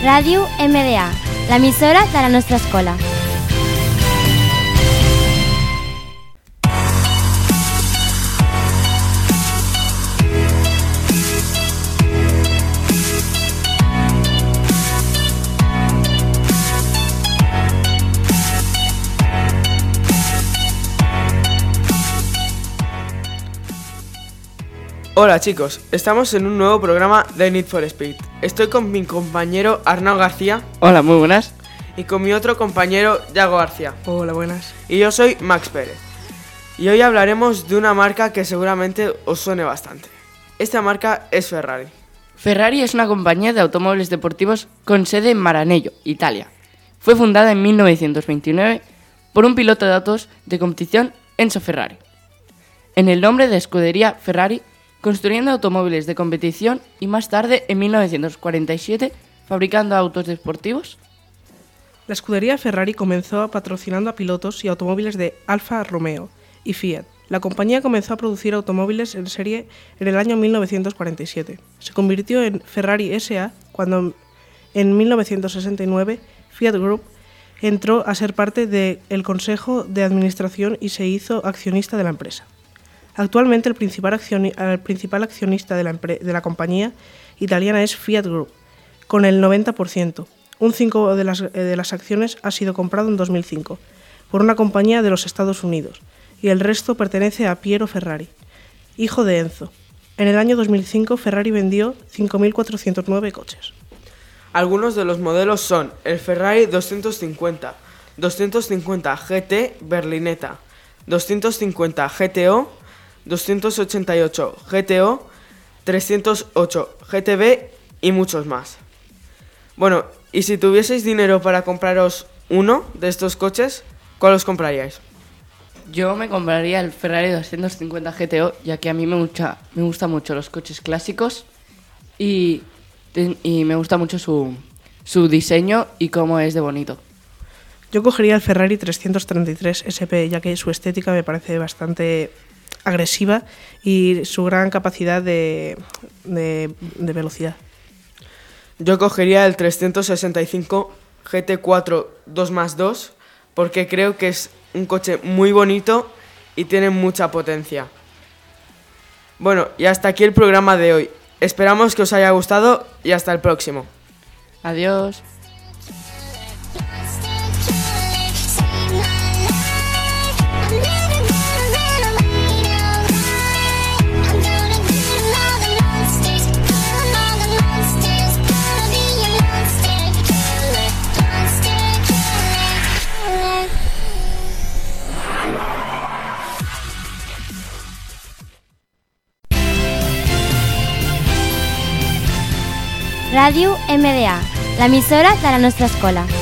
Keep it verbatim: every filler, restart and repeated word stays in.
Ràdio M D A, l'emissora de la nostra escola. Hola chicos, estamos en un nuevo programa de Need for Speed. Estoy con mi compañero Arnau García. Hola, muy buenas. Y con mi otro compañero Yago García. Hola, buenas. Y yo soy Max Pérez. Y hoy hablaremos de una marca que seguramente os suene bastante. Esta marca es Ferrari. Ferrari es una compañía de automóviles deportivos con sede en Maranello, Italia. Fue fundada en mil novecientos veintinueve por un piloto de autos de competición, Enzo Ferrari. En el nombre de escudería Ferrari, construyendo automóviles de competición y más tarde, en mil novecientos cuarenta y siete, fabricando autos deportivos. La escudería Ferrari comenzó patrocinando a pilotos y automóviles de Alfa Romeo y Fiat. La compañía comenzó a producir automóviles en serie en el año mil novecientos cuarenta y siete. Se convirtió en Ferrari S A cuando en mil novecientos sesenta y nueve Fiat Group entró a ser parte del Consejo de Administración y se hizo accionista de la empresa. Actualmente el principal, accioni- el principal accionista de la, empre- de la compañía italiana es Fiat Group, con el noventa por ciento. Un cinco por ciento de las, eh, de las acciones ha sido comprado en dos mil cinco por una compañía de los Estados Unidos y el resto pertenece a Piero Ferrari, hijo de Enzo. En el año dos mil cinco Ferrari vendió cinco mil cuatrocientos nueve coches. Algunos de los modelos son el Ferrari doscientos cincuenta, doscientos cincuenta G T Berlinetta, doscientos cincuenta G T O, doscientos ochenta y ocho G T O, trescientos ocho G T B y muchos más. Bueno, y si tuvieseis dinero para compraros uno de estos coches, ¿cuál os compraríais? Yo me compraría el Ferrari doscientos cincuenta G T O, ya que a mí me, mucha, me gustan mucho los coches clásicos y, y me gusta mucho su, su diseño y cómo es de bonito. Yo cogería el Ferrari trescientos treinta y tres S P, ya que su estética me parece bastante agresiva y su gran capacidad de, de, de velocidad. Yo cogería el trescientos sesenta y cinco G T cuatro dos más dos porque creo que es un coche muy bonito y tiene mucha potencia. Bueno, y hasta aquí el programa de hoy. Esperamos que os haya gustado y hasta el próximo. Adiós. Ràdio M D A, l'emissora de la nostra escola.